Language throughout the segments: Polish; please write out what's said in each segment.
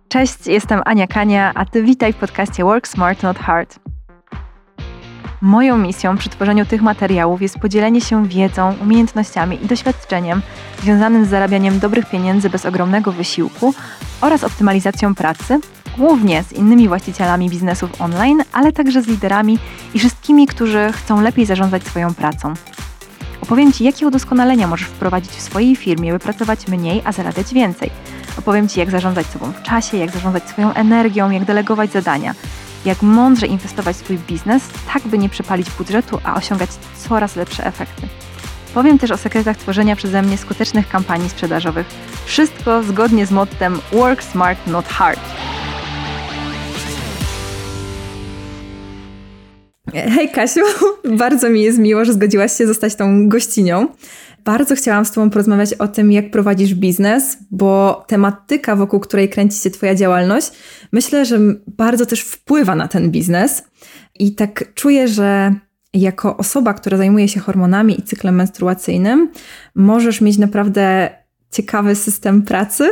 Cześć, jestem Ania Kania, a Ty witaj w podcaście Work Smart Not Hard. Moją misją przy tworzeniu tych materiałów jest podzielenie się wiedzą, umiejętnościami i doświadczeniem związanym z zarabianiem dobrych pieniędzy bez ogromnego wysiłku oraz optymalizacją pracy, głównie z innymi właścicielami biznesów online, ale także z liderami i wszystkimi, którzy chcą lepiej zarządzać swoją pracą. Opowiem Ci, jakie udoskonalenia możesz wprowadzić w swojej firmie, by pracować mniej, a zarabiać więcej. Opowiem Ci, jak zarządzać sobą w czasie, jak zarządzać swoją energią, jak delegować zadania, jak mądrze inwestować w swój biznes, tak by nie przepalić budżetu, a osiągać coraz lepsze efekty. Powiem też o sekretach tworzenia przeze mnie skutecznych kampanii sprzedażowych. Wszystko zgodnie z mottem Work Smart Not Hard. Hej Kasiu, bardzo mi jest miło, że zgodziłaś się zostać tą gościnią. Bardzo chciałam z Tobą porozmawiać o tym, jak prowadzisz biznes, bo tematyka, wokół której kręci się Twoja działalność, myślę, że bardzo też wpływa na ten biznes. I tak czuję, że jako osoba, która zajmuje się hormonami i cyklem menstruacyjnym, możesz mieć naprawdę ciekawy system pracy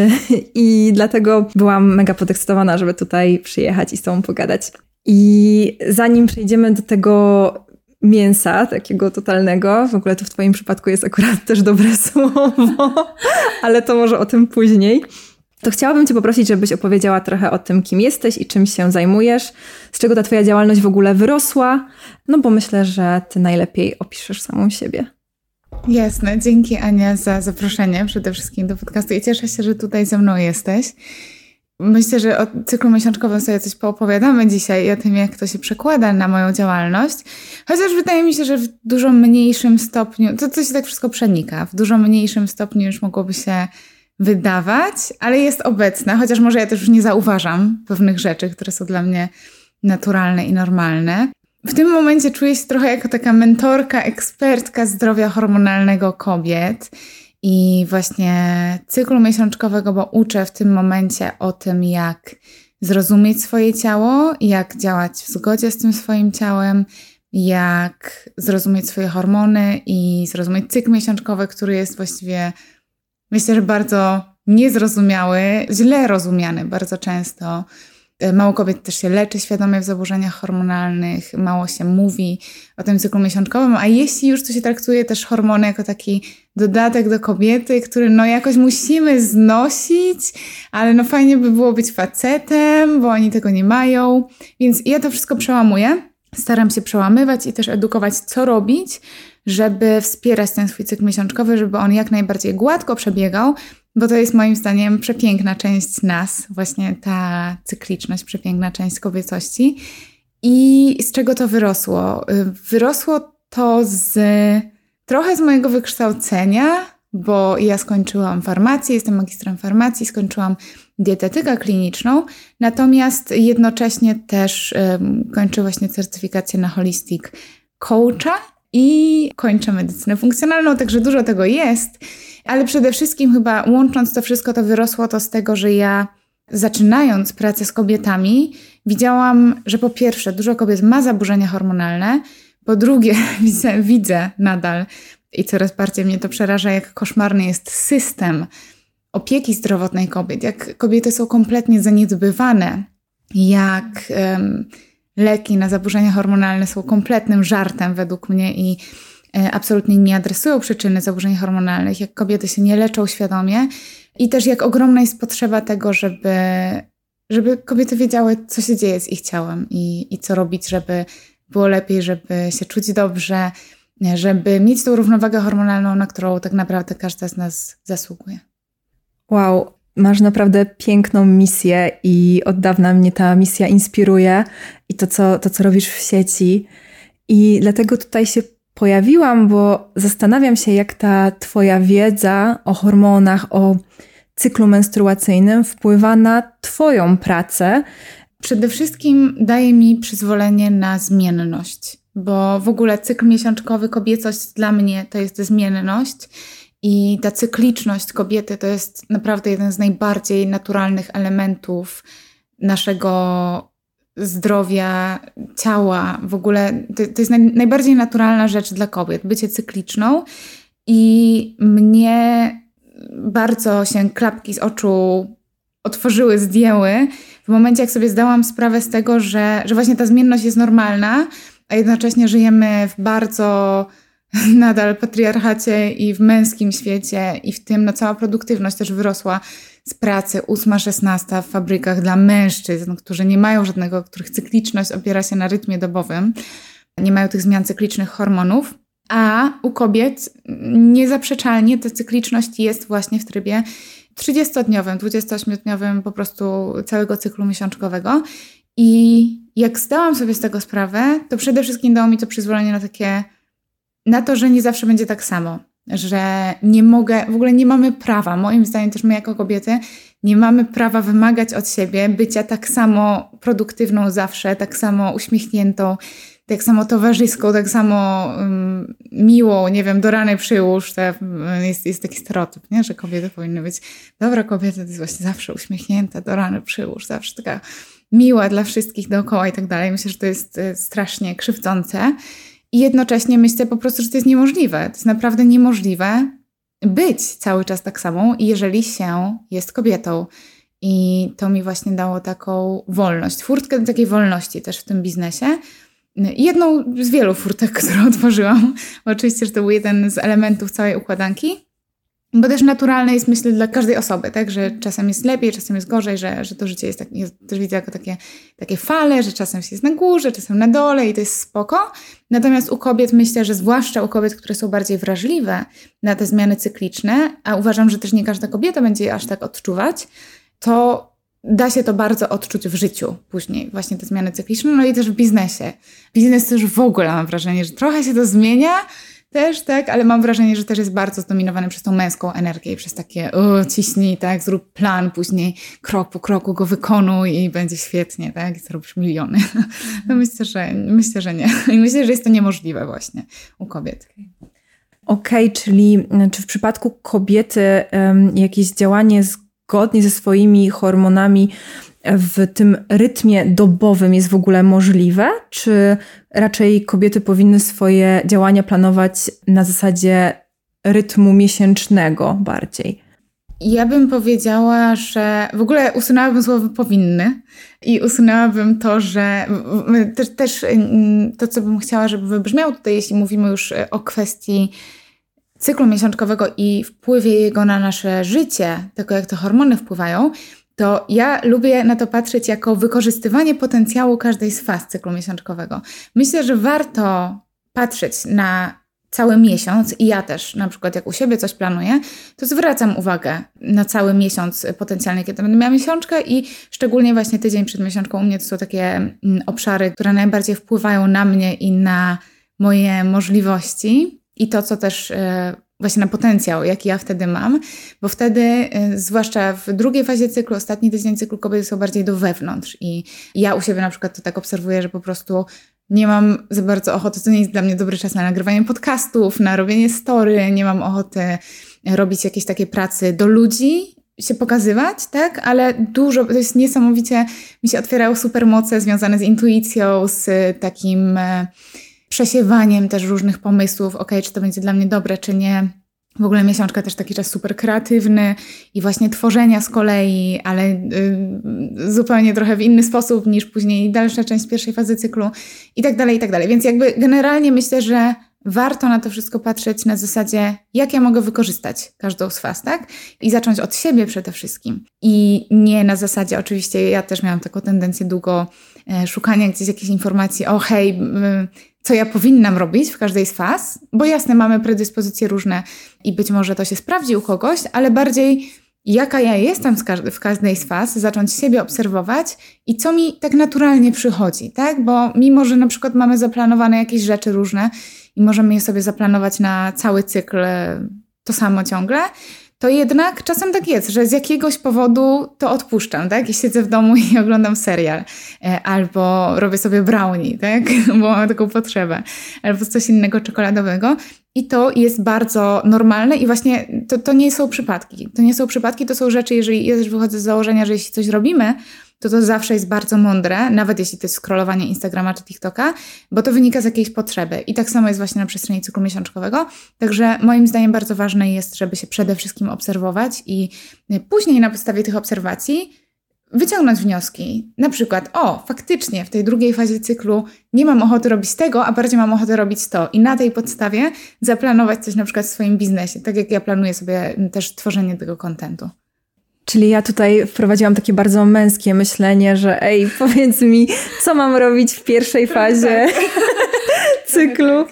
i dlatego byłam mega podekscytowana, żeby tutaj przyjechać i z Tobą pogadać. I zanim przejdziemy do tego mięsa, takiego totalnego, w ogóle to w Twoim przypadku jest akurat też dobre słowo, ale to może o tym później, to chciałabym Cię poprosić, żebyś opowiedziała trochę o tym, kim jesteś i czym się zajmujesz, z czego ta Twoja działalność w ogóle wyrosła, no bo myślę, że Ty najlepiej opiszesz samą siebie. Jasne, dzięki Ania za zaproszenie przede wszystkim do podcastu i cieszę się, że tutaj ze mną jesteś. Myślę, że o cyklu miesiączkowym sobie coś poopowiadamy dzisiaj i o tym, jak to się przekłada na moją działalność. Chociaż wydaje mi się, że w dużo mniejszym stopniu, to się tak wszystko przenika, w dużo mniejszym stopniu już mogłoby się wydawać, ale jest obecne, chociaż może ja też już nie zauważam pewnych rzeczy, które są dla mnie naturalne i normalne. W tym momencie czuję się trochę jako taka mentorka, ekspertka zdrowia hormonalnego kobiet i właśnie cyklu miesiączkowego, bo uczę w tym momencie o tym, jak zrozumieć swoje ciało, jak działać w zgodzie z tym swoim ciałem, jak zrozumieć swoje hormony i zrozumieć cykl miesiączkowy, który jest właściwie, myślę, że bardzo niezrozumiały, źle rozumiany bardzo często. Mało kobiet też się leczy świadomie w zaburzeniach hormonalnych, mało się mówi o tym cyklu miesiączkowym, a jeśli już, to się traktuje też hormony jako taki dodatek do kobiety, który no jakoś musimy znosić, ale no fajnie by było być facetem, bo oni tego nie mają, więc ja to wszystko przełamuję, staram się przełamywać i też edukować, co robić, żeby wspierać ten swój cykl miesiączkowy, żeby on jak najbardziej gładko przebiegał, bo to jest moim zdaniem przepiękna część nas, właśnie ta cykliczność, przepiękna część kobiecości. I z czego to wyrosło? Wyrosło to trochę z mojego wykształcenia, bo ja skończyłam farmację, jestem magistrem farmacji, skończyłam dietetykę kliniczną, natomiast jednocześnie też kończę właśnie certyfikację na holistic coacha i kończę medycynę funkcjonalną, także dużo tego jest. Ale przede wszystkim chyba łącząc to wszystko, to wyrosło to z tego, że ja zaczynając pracę z kobietami widziałam, że po pierwsze dużo kobiet ma zaburzenia hormonalne, po drugie widzę nadal i coraz bardziej mnie to przeraża, jak koszmarny jest system opieki zdrowotnej kobiet, jak kobiety są kompletnie zaniedbywane, jak leki na zaburzenia hormonalne są kompletnym żartem według mnie i absolutnie nie adresują przyczyny zaburzeń hormonalnych, jak kobiety się nie leczą świadomie i też jak ogromna jest potrzeba tego, żeby kobiety wiedziały, co się dzieje z ich ciałem i co robić, żeby było lepiej, żeby się czuć dobrze, żeby mieć tą równowagę hormonalną, na którą tak naprawdę każda z nas zasługuje. Wow, masz naprawdę piękną misję i od dawna mnie ta misja inspiruje i to, co robisz w sieci. I dlatego tutaj się pojawiłam, bo zastanawiam się, jak ta Twoja wiedza o hormonach, o cyklu menstruacyjnym wpływa na Twoją pracę. Przede wszystkim daje mi przyzwolenie na zmienność, bo w ogóle cykl miesiączkowy, kobiecość dla mnie to jest zmienność i ta cykliczność kobiety to jest naprawdę jeden z najbardziej naturalnych elementów naszego zdrowia, ciała. W ogóle to jest najbardziej naturalna rzecz dla kobiet, bycie cykliczną i mnie bardzo się klapki z oczu otworzyły, zdjęły w momencie, jak sobie zdałam sprawę z tego, że właśnie ta zmienność jest normalna, a jednocześnie żyjemy w bardzo nadal patriarchacie i w męskim świecie i w tym cała produktywność też wyrosła z pracy 8-16 w fabrykach dla mężczyzn, którzy nie mają żadnego, których cykliczność opiera się na rytmie dobowym, nie mają tych zmian cyklicznych hormonów, a u kobiet niezaprzeczalnie ta cykliczność jest właśnie w trybie 30-dniowym, 28-dniowym po prostu całego cyklu miesiączkowego. I jak zdałam sobie z tego sprawę, to przede wszystkim dało mi to przyzwolenie na to, że nie zawsze będzie tak samo. Że nie mogę, w ogóle nie mamy prawa, moim zdaniem też my jako kobiety, nie mamy prawa wymagać od siebie bycia tak samo produktywną zawsze, tak samo uśmiechniętą, tak samo towarzyską, tak samo miłą, nie wiem, do rany przyłóż. Jest taki stereotyp, nie? Że kobiety powinny być, dobra kobieta to jest właśnie zawsze uśmiechnięta, do rany przyłóż, zawsze taka miła dla wszystkich dookoła i tak dalej. Myślę, że to jest strasznie krzywdzące. I jednocześnie myślę po prostu, że to jest niemożliwe. To jest naprawdę niemożliwe być cały czas tak samą, jeżeli się jest kobietą. I to mi właśnie dało taką wolność, furtkę do takiej wolności też w tym biznesie. Jedną z wielu furtek, które otworzyłam. Bo oczywiście, że to był jeden z elementów całej układanki. Bo też naturalne jest, myślę, dla każdej osoby, tak? Że czasem jest lepiej, czasem jest gorzej, że to życie jest, też widzę jako takie fale, że czasem się jest na górze, czasem na dole i to jest spoko. Natomiast u kobiet myślę, że zwłaszcza u kobiet, które są bardziej wrażliwe na te zmiany cykliczne, a uważam, że też nie każda kobieta będzie je aż tak odczuwać, to da się to bardzo odczuć w życiu później, właśnie te zmiany cykliczne, no i też w biznesie. Biznes też w ogóle mam wrażenie, że trochę się to zmienia, też, tak, ale mam wrażenie, że też jest bardzo zdominowany przez tą męską energię i przez takie ciśnij, tak, zrób plan, później krok po kroku go wykonuj i będzie świetnie, tak, i zarobisz miliony. No myślę, że nie. I myślę, że jest to niemożliwe właśnie u kobiet. Okej, czyli czy w przypadku kobiety jakieś działanie zgodnie ze swoimi hormonami w tym rytmie dobowym jest w ogóle możliwe? Czy raczej kobiety powinny swoje działania planować na zasadzie rytmu miesięcznego bardziej? Ja bym powiedziała, że w ogóle usunęłabym słowo powinny i usunęłabym to, że też to, co bym chciała, żeby wybrzmiało tutaj, jeśli mówimy już o kwestii cyklu miesiączkowego i wpływie jego na nasze życie, tego jak te hormony wpływają, to ja lubię na to patrzeć jako wykorzystywanie potencjału każdej z faz cyklu miesiączkowego. Myślę, że warto patrzeć na cały miesiąc i ja też na przykład jak u siebie coś planuję, to zwracam uwagę na cały miesiąc potencjalnie, kiedy będę miała miesiączkę i szczególnie właśnie tydzień przed miesiączką u mnie to są takie obszary, które najbardziej wpływają na mnie i na moje możliwości i to, co też właśnie na potencjał, jaki ja wtedy mam, bo wtedy, zwłaszcza w drugiej fazie cyklu, ostatni tydzień cyklu kobiety są bardziej do wewnątrz i ja u siebie na przykład to tak obserwuję, że po prostu nie mam za bardzo ochoty, to nie jest dla mnie dobry czas na nagrywanie podcastów, na robienie story, nie mam ochoty robić jakiejś takiej pracy do ludzi, się pokazywać, tak, ale dużo, to jest niesamowicie, mi się otwierają supermoce związane z intuicją, z takim przesiewaniem też różnych pomysłów, czy to będzie dla mnie dobre, czy nie. W ogóle miesiączka też taki czas super kreatywny i właśnie tworzenia z kolei, ale zupełnie trochę w inny sposób niż później dalsza część pierwszej fazy cyklu i tak dalej, i tak dalej. Więc jakby generalnie myślę, że warto na to wszystko patrzeć na zasadzie, jak ja mogę wykorzystać każdą z faz, tak? I zacząć od siebie przede wszystkim. I nie na zasadzie, oczywiście ja też miałam taką tendencję długo szukania gdzieś jakichś informacji, co ja powinnam robić w każdej z faz, bo jasne, mamy predyspozycje różne i być może to się sprawdzi u kogoś, ale bardziej jaka ja jestem w każdej z faz, zacząć siebie obserwować i co mi tak naturalnie przychodzi, tak? Bo mimo, że na przykład mamy zaplanowane jakieś rzeczy różne i możemy je sobie zaplanować na cały cykl to samo ciągle, to jednak czasem tak jest, że z jakiegoś powodu to odpuszczam, tak? I siedzę w domu i oglądam serial. Albo robię sobie brownie, tak? Bo mam taką potrzebę. Albo coś innego czekoladowego. I to jest bardzo normalne i właśnie to nie są przypadki. To nie są przypadki, to są rzeczy, jeżeli ja też wychodzę z założenia, że jeśli coś robimy, to zawsze jest bardzo mądre, nawet jeśli to jest scrollowanie Instagrama czy TikToka, bo to wynika z jakiejś potrzeby. I tak samo jest właśnie na przestrzeni cyklu miesiączkowego. Także moim zdaniem bardzo ważne jest, żeby się przede wszystkim obserwować i później na podstawie tych obserwacji wyciągnąć wnioski. Na przykład, faktycznie w tej drugiej fazie cyklu nie mam ochoty robić tego, a bardziej mam ochotę robić to. I na tej podstawie zaplanować coś na przykład w swoim biznesie, tak jak ja planuję sobie też tworzenie tego kontentu. Czyli ja tutaj wprowadziłam takie bardzo męskie myślenie, że powiedz mi, co mam robić w pierwszej fazie cyklu,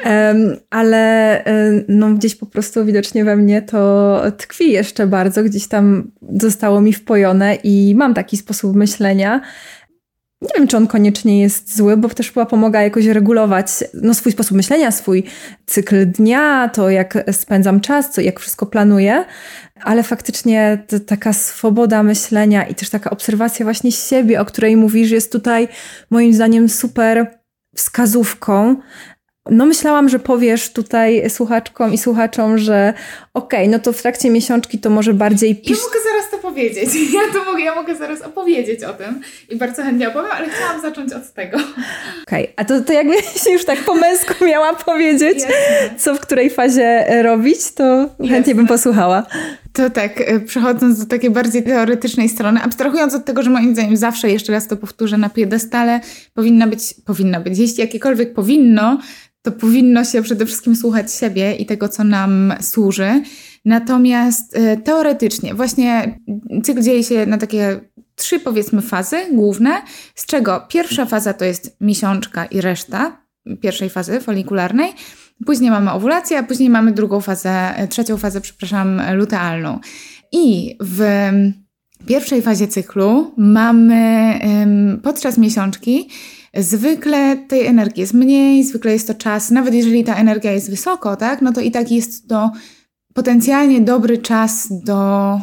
ale gdzieś po prostu widocznie we mnie to tkwi jeszcze bardzo, gdzieś tam zostało mi wpojone i mam taki sposób myślenia. Nie wiem, czy on koniecznie jest zły, bo też chyba pomaga jakoś regulować swój sposób myślenia, swój cykl dnia, to jak spędzam czas, jak wszystko planuję, ale faktycznie taka swoboda myślenia i też taka obserwacja właśnie siebie, o której mówisz, jest tutaj moim zdaniem super wskazówką. Myślałam, że powiesz tutaj słuchaczkom i słuchaczom, że to w trakcie miesiączki to może bardziej Ja mogę zaraz to powiedzieć. Ja mogę zaraz opowiedzieć o tym i bardzo chętnie opowiem, ale chciałam zacząć od tego. A to jakbyś już tak po męsku miała powiedzieć, co w której fazie robić, to chętnie bym posłuchała. To tak, przechodząc do takiej bardziej teoretycznej strony, abstrahując od tego, że moim zdaniem zawsze, jeszcze raz to powtórzę, na piedestale powinna być, jeśli jakiekolwiek powinno, to powinno się przede wszystkim słuchać siebie i tego, co nam służy. Natomiast teoretycznie właśnie cykl dzieje się na takie 3, powiedzmy, fazy główne, z czego pierwsza faza to jest miesiączka i reszta pierwszej fazy folikularnej. Później mamy owulację, a później mamy trzecią fazę, lutealną. I w pierwszej fazie cyklu mamy podczas miesiączki zwykle tej energii jest mniej, zwykle jest to czas, nawet jeżeli ta energia jest wysoko, tak, to i tak jest to potencjalnie dobry czas do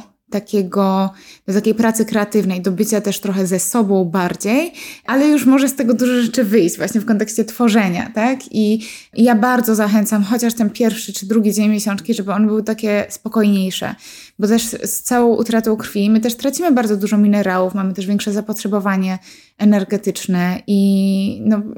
takiej pracy kreatywnej, do bycia też trochę ze sobą bardziej, ale już może z tego dużo rzeczy wyjść właśnie w kontekście tworzenia, tak? I ja bardzo zachęcam chociaż ten pierwszy czy drugi dzień miesiączki, żeby on był takie spokojniejsze, bo też z całą utratą krwi my też tracimy bardzo dużo minerałów, mamy też większe zapotrzebowanie energetyczne i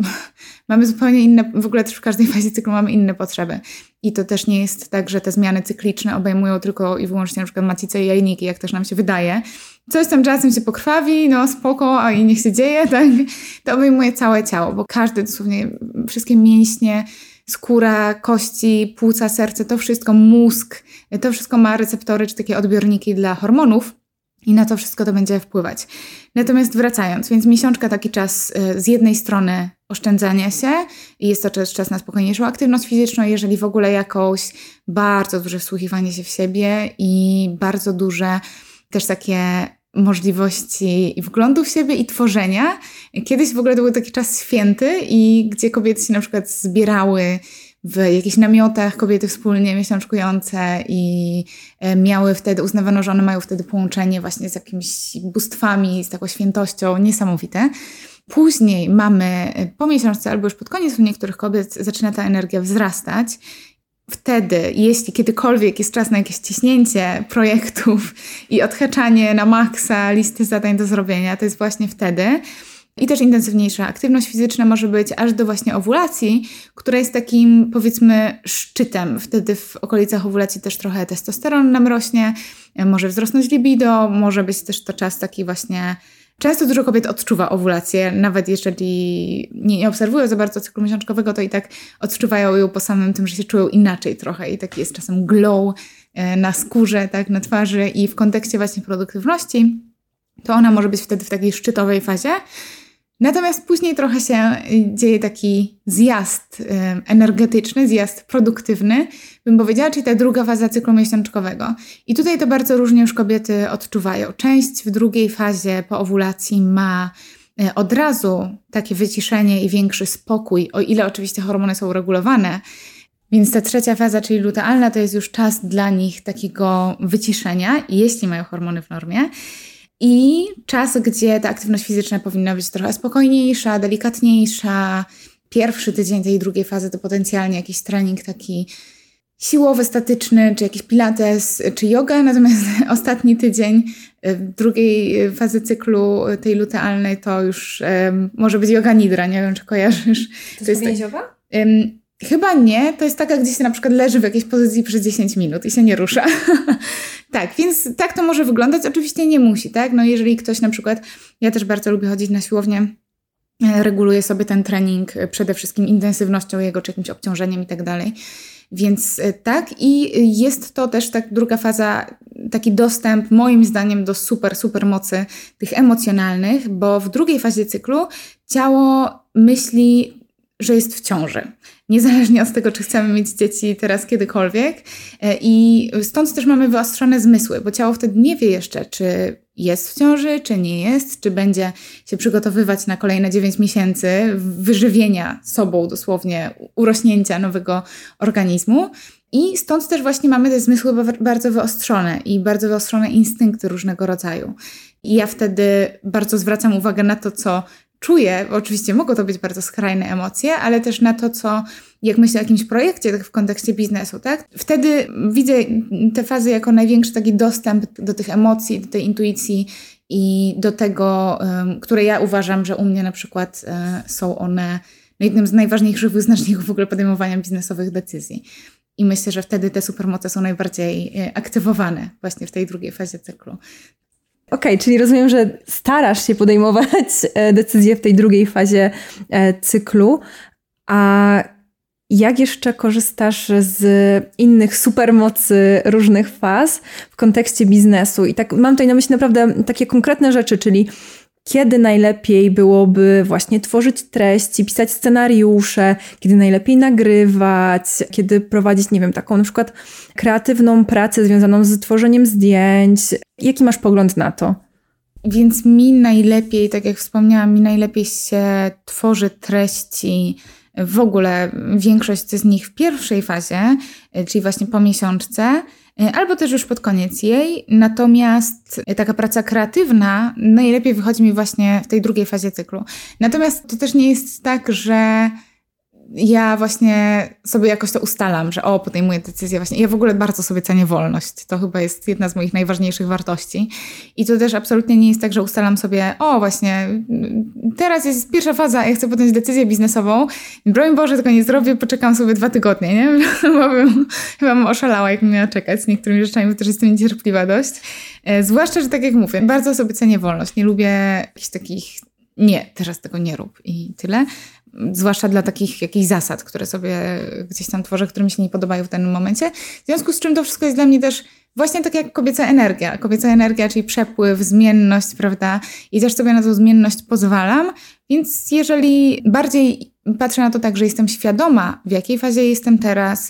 mamy zupełnie inne, w ogóle też w każdej fazie cyklu mamy inne potrzeby. I to też nie jest tak, że te zmiany cykliczne obejmują tylko i wyłącznie na przykład macicę i jajniki, jak też nam się wydaje. Coś tam czasem się pokrwawi, spoko, a i niech się dzieje, tak? To obejmuje całe ciało, bo każdy, dosłownie wszystkie mięśnie, skóra, kości, płuca, serce, to wszystko, mózg, to wszystko ma receptory czy takie odbiorniki dla hormonów. I na to wszystko to będzie wpływać. Natomiast wracając, więc miesiączka taki czas z jednej strony oszczędzania się i jest to czas na spokojniejszą aktywność fizyczną, jeżeli w ogóle jakąś, bardzo duże wsłuchiwanie się w siebie i bardzo duże też takie możliwości i wglądu w siebie i tworzenia. Kiedyś w ogóle to był taki czas święty i gdzie kobiety się na przykład zbierały w jakichś namiotach, kobiety wspólnie miesiączkujące i miały wtedy, uznawano, że one mają wtedy połączenie właśnie z jakimiś bóstwami, z taką świętością, niesamowite. Później mamy po miesiączce albo już pod koniec u niektórych kobiet zaczyna ta energia wzrastać. Wtedy, jeśli kiedykolwiek jest czas na jakieś ciśnięcie projektów i odhaczanie na maksa listy zadań do zrobienia, to jest właśnie wtedy. I też intensywniejsza aktywność fizyczna może być aż do właśnie owulacji, która jest takim, powiedzmy, szczytem. Wtedy w okolicach owulacji też trochę testosteron nam rośnie, może wzrosnąć libido, może być też to czas taki właśnie... Często dużo kobiet odczuwa owulację, nawet jeżeli nie obserwują za bardzo cyklu miesiączkowego, to i tak odczuwają ją po samym tym, że się czują inaczej trochę i taki jest czasem glow na skórze, tak, na twarzy i w kontekście właśnie produktywności, to ona może być wtedy w takiej szczytowej fazie. Natomiast później trochę się dzieje taki zjazd energetyczny, zjazd produktywny, bym powiedziała, czyli ta druga faza cyklu miesiączkowego. I tutaj to bardzo różnie już kobiety odczuwają. Część w drugiej fazie po owulacji ma od razu takie wyciszenie i większy spokój, o ile oczywiście hormony są regulowane. Więc ta trzecia faza, czyli lutealna, to jest już czas dla nich takiego wyciszenia, jeśli mają hormony w normie. I czas, gdzie ta aktywność fizyczna powinna być trochę spokojniejsza, delikatniejsza. Pierwszy tydzień tej drugiej fazy to potencjalnie jakiś trening taki siłowy, statyczny, czy jakiś pilates, czy yoga, natomiast ostatni tydzień drugiej fazy cyklu tej lutealnej to już może być yoga nidra, nie wiem, czy kojarzysz. To jest więziowa? Chyba nie, to jest taka, gdzie się na przykład leży w jakiejś pozycji przez 10 minut i się nie rusza. Tak, więc tak to może wyglądać, oczywiście nie musi, tak? No jeżeli ktoś na przykład, ja też bardzo lubię chodzić na siłownię, reguluję sobie ten trening przede wszystkim intensywnością jego, czy jakimś obciążeniem i tak dalej. Więc tak, i jest to też tak druga faza, taki dostęp moim zdaniem do super mocy tych emocjonalnych, bo w drugiej fazie cyklu ciało myśli, że jest w ciąży. Niezależnie od tego, czy chcemy mieć dzieci teraz kiedykolwiek. I stąd też mamy wyostrzone zmysły, bo ciało wtedy nie wie jeszcze, czy jest w ciąży, czy nie jest, czy będzie się przygotowywać na kolejne 9 miesięcy wyżywienia sobą, dosłownie urośnięcia nowego organizmu. I stąd też właśnie mamy te zmysły bardzo wyostrzone i bardzo wyostrzone instynkty różnego rodzaju. I ja wtedy bardzo zwracam uwagę na to, co czuję, bo oczywiście mogą to być bardzo skrajne emocje, ale też na to, co, jak myślę o jakimś projekcie, tak w kontekście biznesu, tak? Wtedy widzę te fazy jako największy taki dostęp do tych emocji, do tej intuicji i do tego, które ja uważam, że u mnie na przykład są one jednym z najważniejszych wyznaczników w ogóle podejmowania biznesowych decyzji. I myślę, że wtedy te supermoce są najbardziej aktywowane właśnie w tej drugiej fazie cyklu. Okej, czyli rozumiem, że starasz się podejmować decyzje w tej drugiej fazie cyklu, a jak jeszcze korzystasz z innych supermocy różnych faz w kontekście biznesu? I tak mam tutaj na myśli naprawdę takie konkretne rzeczy, czyli kiedy najlepiej byłoby właśnie tworzyć treści, pisać scenariusze, kiedy najlepiej nagrywać, kiedy prowadzić, nie wiem, taką na przykład kreatywną pracę związaną z tworzeniem zdjęć. Jaki masz pogląd na to? Więc mi najlepiej, tak jak wspomniałam, mi najlepiej się tworzy treści, w ogóle większość z nich w pierwszej fazie, czyli właśnie po miesiączce, albo też już pod koniec jej. Natomiast taka praca kreatywna najlepiej wychodzi mi właśnie w tej drugiej fazie cyklu. Natomiast to też nie jest tak, że ja właśnie sobie jakoś to ustalam, że podejmuję decyzję właśnie. Ja w ogóle bardzo sobie cenię wolność. To chyba jest jedna z moich najważniejszych wartości. I to też absolutnie nie jest tak, że ustalam sobie, właśnie teraz jest pierwsza faza, ja chcę podjąć decyzję biznesową. Broń Boże, tego nie zrobię, poczekam sobie 2 tygodnie, nie? Chyba bym oszalała, jak miała czekać z niektórymi rzeczami, bo też jestem niecierpliwa dość. Zwłaszcza, że tak jak mówię, bardzo sobie cenię wolność. Nie lubię jakichś takich, nie, teraz tego nie rób i tyle. Zwłaszcza dla takich jakichś zasad, które sobie gdzieś tam tworzę, które mi się nie podobają w danym momencie. W związku z czym to wszystko jest dla mnie też właśnie tak jak kobieca energia. Kobieca energia, czyli przepływ, zmienność, prawda? I też sobie na tą zmienność pozwalam. Więc jeżeli bardziej patrzę na to tak, że jestem świadoma, w jakiej fazie jestem teraz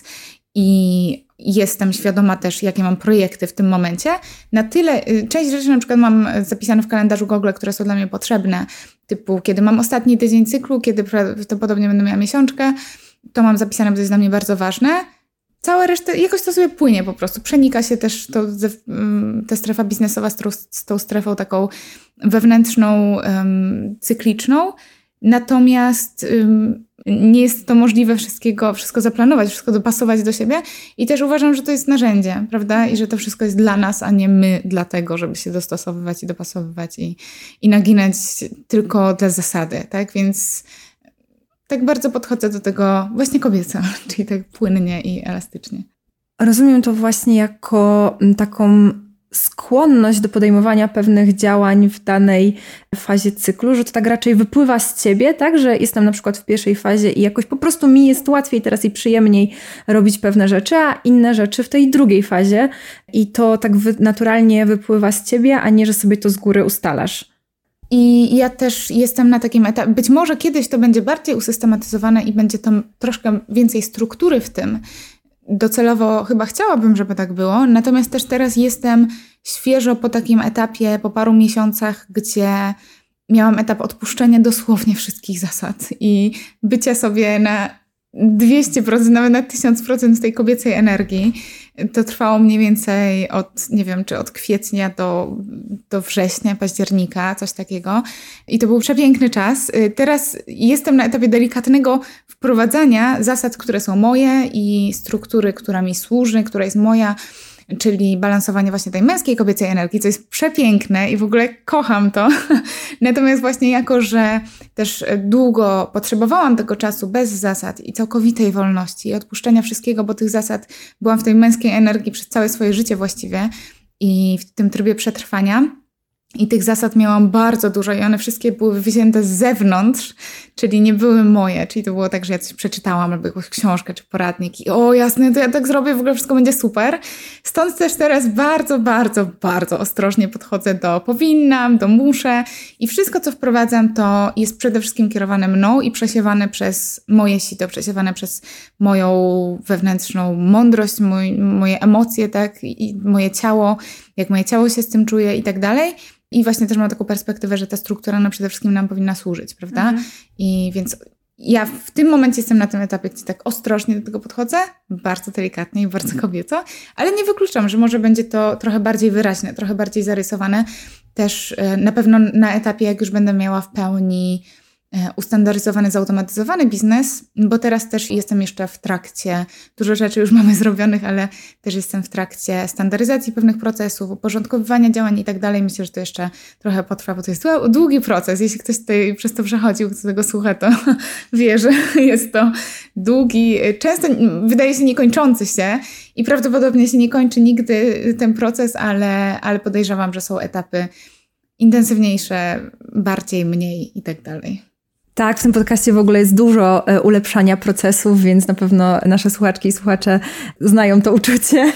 i jestem świadoma też, jakie mam projekty w tym momencie, na tyle, część rzeczy na przykład mam zapisane w kalendarzu Google, które są dla mnie potrzebne, typu kiedy mam ostatni tydzień cyklu, kiedy prawdopodobnie będę miała miesiączkę, to mam zapisane, bo to jest dla mnie bardzo ważne. Całe resztę, jakoś to sobie płynie po prostu. Przenika się też ta strefa biznesowa z tą strefą taką wewnętrzną, cykliczną. Natomiast nie jest to możliwe wszystko zaplanować, wszystko dopasować do siebie i też uważam, że to jest narzędzie, prawda? I że to wszystko jest dla nas, a nie my dla tego, żeby się dostosowywać i dopasowywać i naginać tylko dla zasady, tak? Więc tak bardzo podchodzę do tego właśnie kobieco, czyli tak płynnie i elastycznie. Rozumiem to właśnie jako taką skłonność do podejmowania pewnych działań w danej fazie cyklu, że to tak raczej wypływa z ciebie, tak, że jestem na przykład w pierwszej fazie i jakoś po prostu mi jest łatwiej teraz i przyjemniej robić pewne rzeczy, a inne rzeczy w tej drugiej fazie i to tak naturalnie wypływa z ciebie, a nie, że sobie to z góry ustalasz. I ja też jestem na takim etapie, być może kiedyś to będzie bardziej usystematyzowane i będzie tam troszkę więcej struktury w tym. Docelowo chyba chciałabym, żeby tak było, natomiast też teraz jestem świeżo po takim etapie, po paru miesiącach, gdzie miałam etap odpuszczenia dosłownie wszystkich zasad i bycia sobie na 200%, nawet na 1000% tej kobiecej energii, To trwało mniej więcej od kwietnia do września, października, coś takiego. I to był przepiękny czas. Teraz jestem na etapie delikatnego wprowadzania zasad, które są moje i struktury, która mi służy, która jest moja, czyli balansowanie właśnie tej męskiej, kobiecej energii, co jest przepiękne i w ogóle kocham to. Natomiast właśnie jako, że też długo potrzebowałam tego czasu bez zasad i całkowitej wolności i odpuszczenia wszystkiego, bo tych zasad byłam w tej męskiej energii przez całe swoje życie właściwie i w tym trybie przetrwania. I tych zasad miałam bardzo dużo i one wszystkie były wzięte z zewnątrz, czyli nie były moje. Czyli to było tak, że ja coś przeczytałam albo jakąś książkę czy poradnik i o jasne, to ja tak zrobię, w ogóle wszystko będzie super. Stąd też teraz bardzo, bardzo, bardzo ostrożnie podchodzę do powinnam, do muszę i wszystko, co wprowadzam, to jest przede wszystkim kierowane mną i przesiewane przez moje sito, przesiewane przez moją wewnętrzną mądrość, moje emocje, tak, i moje ciało, jak moje ciało się z tym czuje i tak dalej. I właśnie też mam taką perspektywę, że ta struktura przede wszystkim nam powinna służyć, prawda? I więc ja w tym momencie jestem na tym etapie, gdzie tak ostrożnie do tego podchodzę, bardzo delikatnie i bardzo kobieco, ale nie wykluczam, że może będzie to trochę bardziej wyraźne, trochę bardziej zarysowane. Też na pewno na etapie, jak już będę miała w pełni ustandaryzowany, zautomatyzowany biznes, bo teraz też jestem jeszcze w trakcie, dużo rzeczy już mamy zrobionych, ale też jestem w trakcie standaryzacji pewnych procesów, uporządkowywania działań i tak dalej. Myślę, że to jeszcze trochę potrwa, bo to jest długi proces. Jeśli ktoś tutaj przez to przechodził, kto tego słucha, to wie, że jest to długi, często wydaje się niekończący się i prawdopodobnie się nie kończy nigdy ten proces, ale podejrzewam, że są etapy intensywniejsze, bardziej, mniej i tak dalej. Tak, w tym podcaście w ogóle jest dużo ulepszania procesów, więc na pewno nasze słuchaczki i słuchacze znają to uczucie.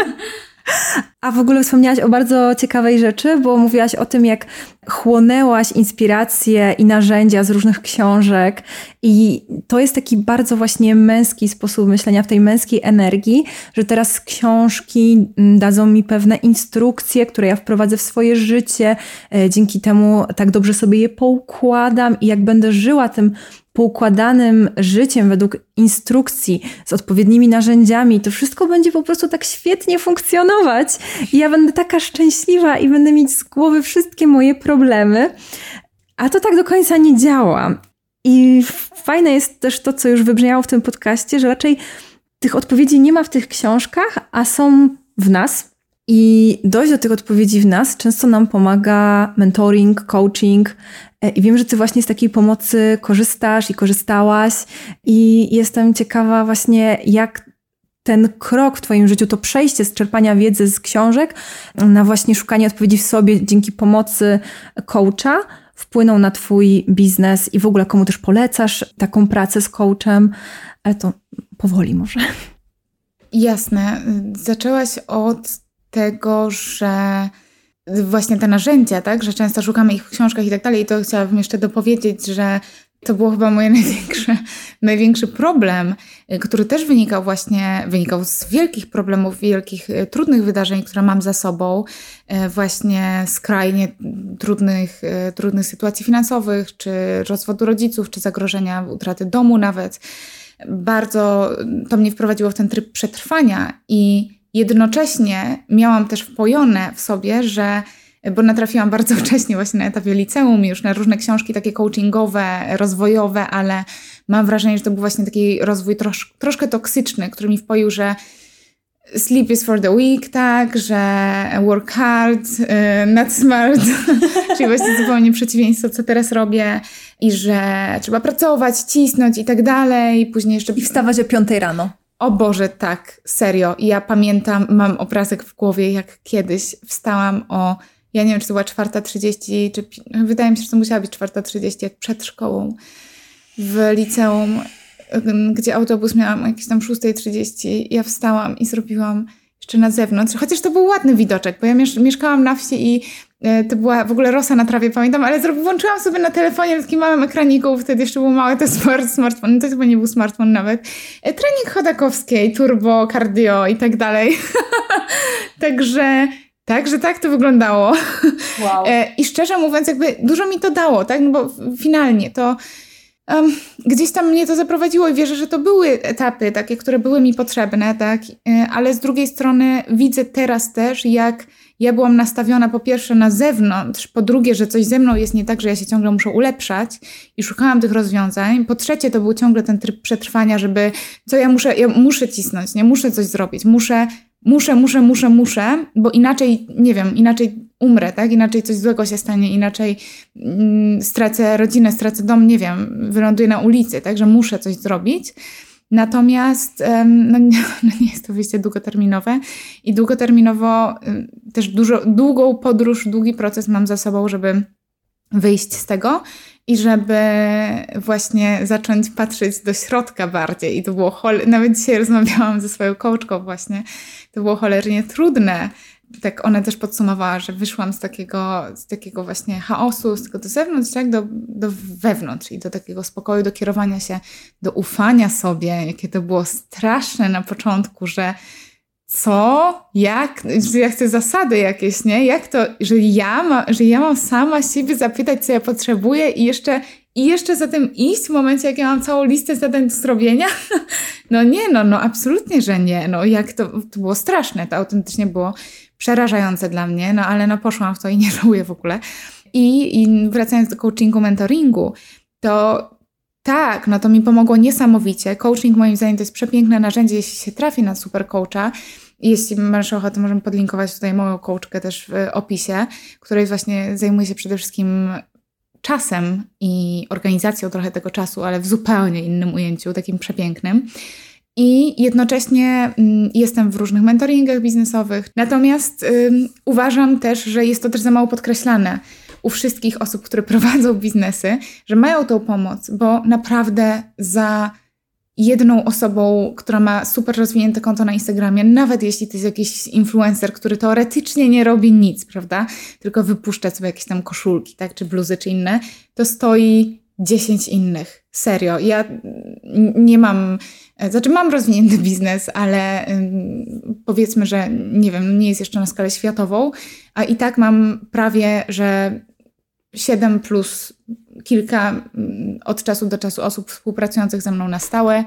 A w ogóle wspomniałaś o bardzo ciekawej rzeczy, bo mówiłaś o tym, jak chłonęłaś inspiracje i narzędzia z różnych książek i to jest taki bardzo właśnie męski sposób myślenia, w tej męskiej energii, że teraz książki dadzą mi pewne instrukcje, które ja wprowadzę w swoje życie, dzięki temu tak dobrze sobie je poukładam i jak będę żyła tym poukładanym życiem według instrukcji, z odpowiednimi narzędziami, to wszystko będzie po prostu tak świetnie funkcjonować i ja będę taka szczęśliwa i będę mieć z głowy wszystkie moje problemy, a to tak do końca nie działa. I fajne jest też to, co już wybrzmiało w tym podcaście, że raczej tych odpowiedzi nie ma w tych książkach, a są w nas. I dojść do tych odpowiedzi w nas często nam pomaga mentoring, coaching. I wiem, że ty właśnie z takiej pomocy korzystasz i korzystałaś. I jestem ciekawa właśnie, jak ten krok w twoim życiu, to przejście z czerpania wiedzy z książek na właśnie szukanie odpowiedzi w sobie dzięki pomocy coacha wpłynął na twój biznes i w ogóle komu też polecasz taką pracę z coachem. Ale to powoli może. Jasne. Zaczęłaś od tego, że właśnie te narzędzia, tak, że często szukamy ich w książkach i tak dalej, i to chciałabym jeszcze dopowiedzieć, że to było chyba mój największy problem, który też wynikał z wielkich problemów, wielkich, trudnych wydarzeń, które mam za sobą, właśnie skrajnie trudnych sytuacji finansowych, czy rozwodu rodziców, czy zagrożenia utraty domu nawet. Bardzo to mnie wprowadziło w ten tryb przetrwania i jednocześnie miałam też wpojone w sobie, bo natrafiłam bardzo wcześnie właśnie na etapie liceum już na różne książki takie coachingowe, rozwojowe, ale mam wrażenie, że to był właśnie taki rozwój troszkę toksyczny, który mi wpoił, że sleep is for the weak, tak, że work hard, not smart, czyli właśnie zupełnie przeciwieństwo, co teraz robię i że trzeba pracować, cisnąć i tak dalej. Później jeszcze... I wstawać o 5 rano. O Boże, tak, serio. I ja pamiętam, mam obrazek w głowie, jak kiedyś wstałam ja nie wiem, czy to była 4:30, czy wydaje mi się, że to musiała być 4:30, jak przed szkołą w liceum, gdzie autobus miałam jakieś tam 6:30. Ja wstałam i zrobiłam jeszcze na zewnątrz, chociaż to był ładny widoczek, bo ja mieszkałam na wsi i to była w ogóle rosa na trawie, pamiętam, ale włączyłam sobie na telefonie takim małym ekraniku, wtedy jeszcze był mały to smartfon, to chyba nie był smartfon nawet, trening chodakowskiej, turbo, cardio i tak dalej. Także tak to wyglądało. Wow. I szczerze mówiąc, jakby dużo mi to dało, tak? No bo finalnie to gdzieś tam mnie to zaprowadziło i wierzę, że to były etapy takie, które były mi potrzebne, tak? Ale z drugiej strony widzę teraz też, jak ja byłam nastawiona po pierwsze na zewnątrz, po drugie, że coś ze mną jest nie tak, że ja się ciągle muszę ulepszać i szukałam tych rozwiązań. Po trzecie, to był ciągle ten tryb przetrwania, żeby ja muszę cisnąć, nie? Muszę coś zrobić, muszę, bo inaczej, nie wiem, inaczej umrę, tak? Inaczej coś złego się stanie, inaczej stracę rodzinę, stracę dom, nie wiem, wyląduję na ulicy, tak? Że muszę coś zrobić. Natomiast nie jest to wyjście długoterminowe i długoterminowo też długą podróż, długi proces mam za sobą, żeby wyjść z tego i żeby właśnie zacząć patrzeć do środka bardziej. I to było nawet dzisiaj rozmawiałam ze swoją coachką właśnie, to było cholernie trudne. Tak ona też podsumowała, że wyszłam z takiego właśnie chaosu, z tego do zewnątrz, tak, do wewnątrz i do takiego spokoju, do kierowania się, do ufania sobie, jakie to było straszne na początku, że że ja chcę zasady jakieś, nie? Jak to, że ja mam sama siebie zapytać, co ja potrzebuję i jeszcze za tym iść w momencie, jak ja mam całą listę zadań do zrobienia? No nie, no absolutnie, że nie. No jak to było straszne, to autentycznie było przerażające dla mnie, no ale poszłam w to i nie żałuję w ogóle. I wracając do coachingu, mentoringu, to tak, no to mi pomogło niesamowicie. Coaching moim zdaniem to jest przepiękne narzędzie, jeśli się trafi na super coacha. Jeśli masz ochotę, możemy podlinkować tutaj moją coachkę też w opisie, której właśnie zajmuje się przede wszystkim czasem i organizacją trochę tego czasu, ale w zupełnie innym ujęciu, takim przepięknym. I jednocześnie jestem w różnych mentoringach biznesowych. Natomiast uważam też, że jest to też za mało podkreślane u wszystkich osób, które prowadzą biznesy, że mają tą pomoc, bo naprawdę za jedną osobą, która ma super rozwinięte konto na Instagramie, nawet jeśli to jest jakiś influencer, który teoretycznie nie robi nic, prawda, tylko wypuszcza sobie jakieś tam koszulki, tak, czy bluzy, czy inne, to stoi 10 innych. Serio. Ja nie mam, mam rozwinięty biznes, ale powiedzmy, że nie wiem, nie jest jeszcze na skalę światową, a i tak mam prawie, że 7 plus kilka od czasu do czasu osób współpracujących ze mną na stałe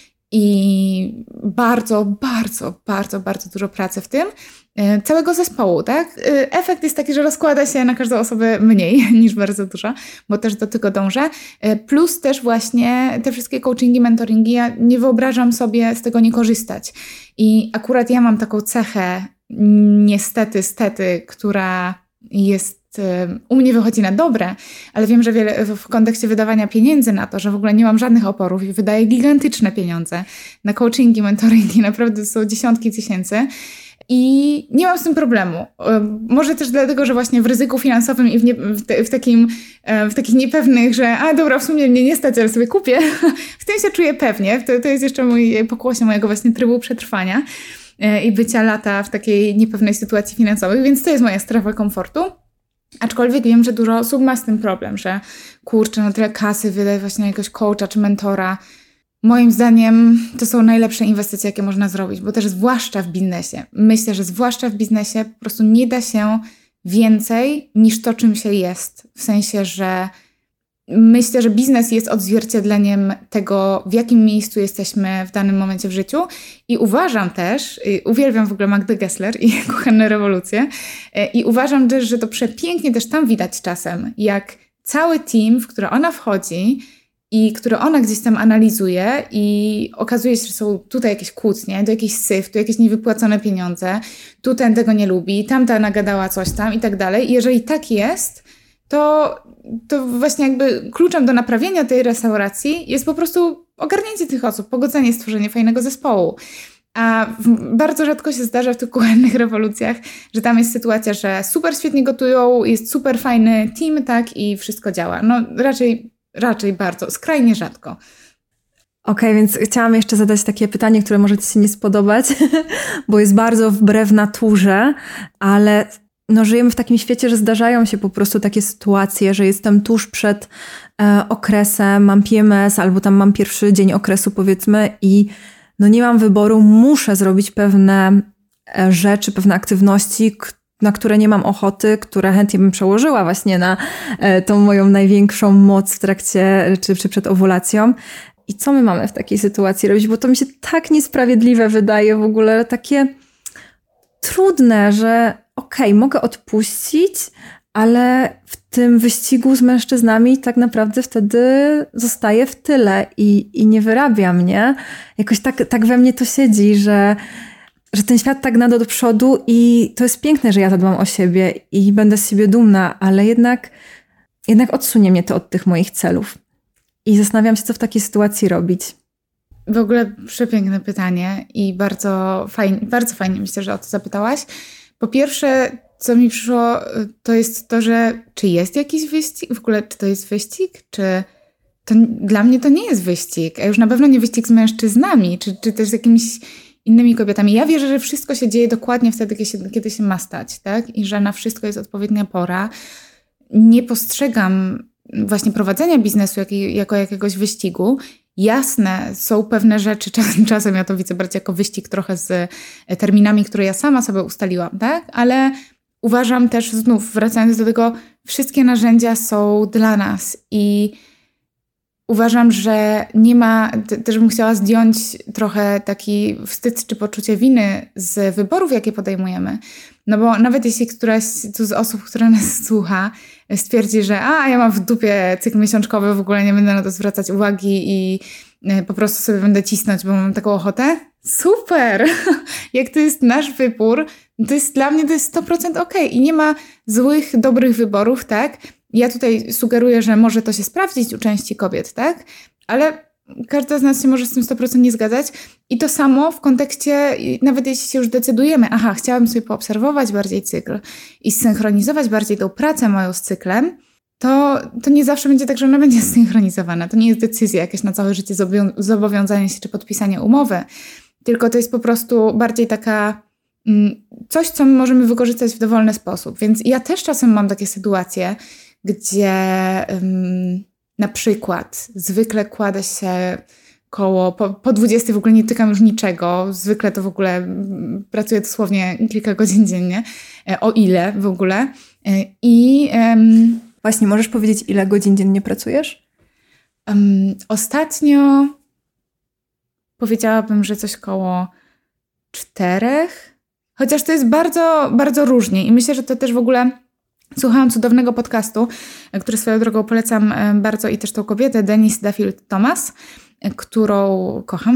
i bardzo, bardzo, bardzo, bardzo dużo pracy w tym. Całego zespołu, tak? Efekt jest taki, że rozkłada się na każdą osobę mniej niż bardzo dużo, bo też do tego dążę. Plus też właśnie te wszystkie coachingi, mentoringi, ja nie wyobrażam sobie z tego nie korzystać. I akurat ja mam taką cechę, niestety, która jest u mnie wychodzi na dobre, ale wiem, że w kontekście wydawania pieniędzy na to, że w ogóle nie mam żadnych oporów i wydaję gigantyczne pieniądze na coachingi, mentoringi, naprawdę są dziesiątki tysięcy i nie mam z tym problemu. Może też dlatego, że właśnie w ryzyku finansowym i w takich niepewnych, że dobra, w sumie mnie nie stać, ale sobie kupię, w tym się czuję pewnie. To jest jeszcze pokłosie mojego właśnie trybu przetrwania i bycia lata w takiej niepewnej sytuacji finansowej, więc to jest moja strefa komfortu. Aczkolwiek wiem, że dużo osób ma z tym problem, że kurczę, no tyle kasy wydać właśnie na jakiegoś coacha czy mentora. Moim zdaniem to są najlepsze inwestycje, jakie można zrobić, bo też zwłaszcza w biznesie. Myślę, że zwłaszcza w biznesie po prostu nie da się więcej niż to, czym się jest. W sensie, że myślę, że biznes jest odzwierciedleniem tego, w jakim miejscu jesteśmy w danym momencie w życiu i uważam też, uwielbiam w ogóle Magdę Gessler i Kuchenne rewolucje i uważam też, że to przepięknie też tam widać czasem, jak cały team, w który ona wchodzi i który ona gdzieś tam analizuje i okazuje się, że są tutaj jakieś kłótnie, tu jakiś syf, tu jakieś niewypłacone pieniądze, tu ten tego nie lubi, tamta nagadała coś tam i tak dalej. I jeżeli tak jest, to właśnie jakby kluczem do naprawienia tej restauracji jest po prostu ogarnięcie tych osób, pogodzenie, stworzenie fajnego zespołu. A bardzo rzadko się zdarza w tych kuchennych rewolucjach, że tam jest sytuacja, że super świetnie gotują, jest super fajny team, tak, i wszystko działa. No raczej bardzo, skrajnie rzadko. Okej, więc chciałam jeszcze zadać takie pytanie, które może Ci się nie spodobać, bo jest bardzo wbrew naturze, ale żyjemy w takim świecie, że zdarzają się po prostu takie sytuacje, że jestem tuż przed okresem, mam PMS albo tam mam pierwszy dzień okresu powiedzmy i nie mam wyboru, muszę zrobić pewne rzeczy, pewne aktywności, na które nie mam ochoty, które chętnie bym przełożyła właśnie na tą moją największą moc w trakcie czy przed owulacją. I co my mamy w takiej sytuacji robić? Bo to mi się tak niesprawiedliwe wydaje w ogóle, takie trudne, że mogę odpuścić, ale w tym wyścigu z mężczyznami tak naprawdę wtedy zostaję w tyle i nie wyrabia mnie. Jakoś tak we mnie to siedzi, że ten świat tak nada do przodu i to jest piękne, że ja zadbam o siebie i będę z siebie dumna, ale jednak odsunie mnie to od tych moich celów. I zastanawiam się, co w takiej sytuacji robić. W ogóle przepiękne pytanie i bardzo fajnie myślę, że o to zapytałaś. Po pierwsze, co mi przyszło, to jest to, że czy jest jakiś wyścig? W ogóle, czy to jest wyścig? Czy to, dla mnie to nie jest wyścig, a już na pewno nie wyścig z mężczyznami, czy też z jakimiś innymi kobietami. Ja wierzę, że wszystko się dzieje dokładnie wtedy, kiedy się ma stać, tak? I że na wszystko jest odpowiednia pora. Nie postrzegam właśnie prowadzenia biznesu jako jakiegoś wyścigu. Jasne, są pewne rzeczy, czasem ja to widzę bardziej jako wyścig trochę z terminami, które ja sama sobie ustaliłam, tak? Ale uważam też, znów wracając do tego, wszystkie narzędzia są dla nas i uważam, że nie ma, też bym chciała zdjąć trochę taki wstyd czy poczucie winy z wyborów, jakie podejmujemy. No bo nawet jeśli któraś tu z osób, która nas słucha, stwierdzi, że ja mam w dupie cykl miesiączkowy, w ogóle nie będę na to zwracać uwagi i po prostu sobie będę cisnąć, bo mam taką ochotę. Super! Jak to jest nasz wybór, to jest dla mnie to jest 100% okej. I nie ma złych, dobrych wyborów, tak? Ja tutaj sugeruję, że może to się sprawdzić u części kobiet, tak? Ale każda z nas się może z tym 100% nie zgadzać. I to samo w kontekście, nawet jeśli się już decydujemy, chciałabym sobie poobserwować bardziej cykl i zsynchronizować bardziej tą pracę moją z cyklem, to nie zawsze będzie tak, że ona będzie zsynchronizowana. To nie jest decyzja jakaś na całe życie, zobowiązanie się czy podpisanie umowy, tylko to jest po prostu bardziej taka coś, co możemy wykorzystać w dowolny sposób. Więc ja też czasem mam takie sytuacje, gdzie na przykład zwykle kładę się koło, po 20 w ogóle nie tykam już niczego, zwykle to w ogóle pracuję dosłownie kilka godzin dziennie, o ile w ogóle. Właśnie, możesz powiedzieć, ile godzin dziennie pracujesz? Ostatnio powiedziałabym, że coś koło 4, chociaż to jest bardzo, bardzo różnie i myślę, że to też w ogóle słuchałam cudownego podcastu, który swoją drogą polecam bardzo i też tą kobietę, Denise Duffield Thomas, którą kocham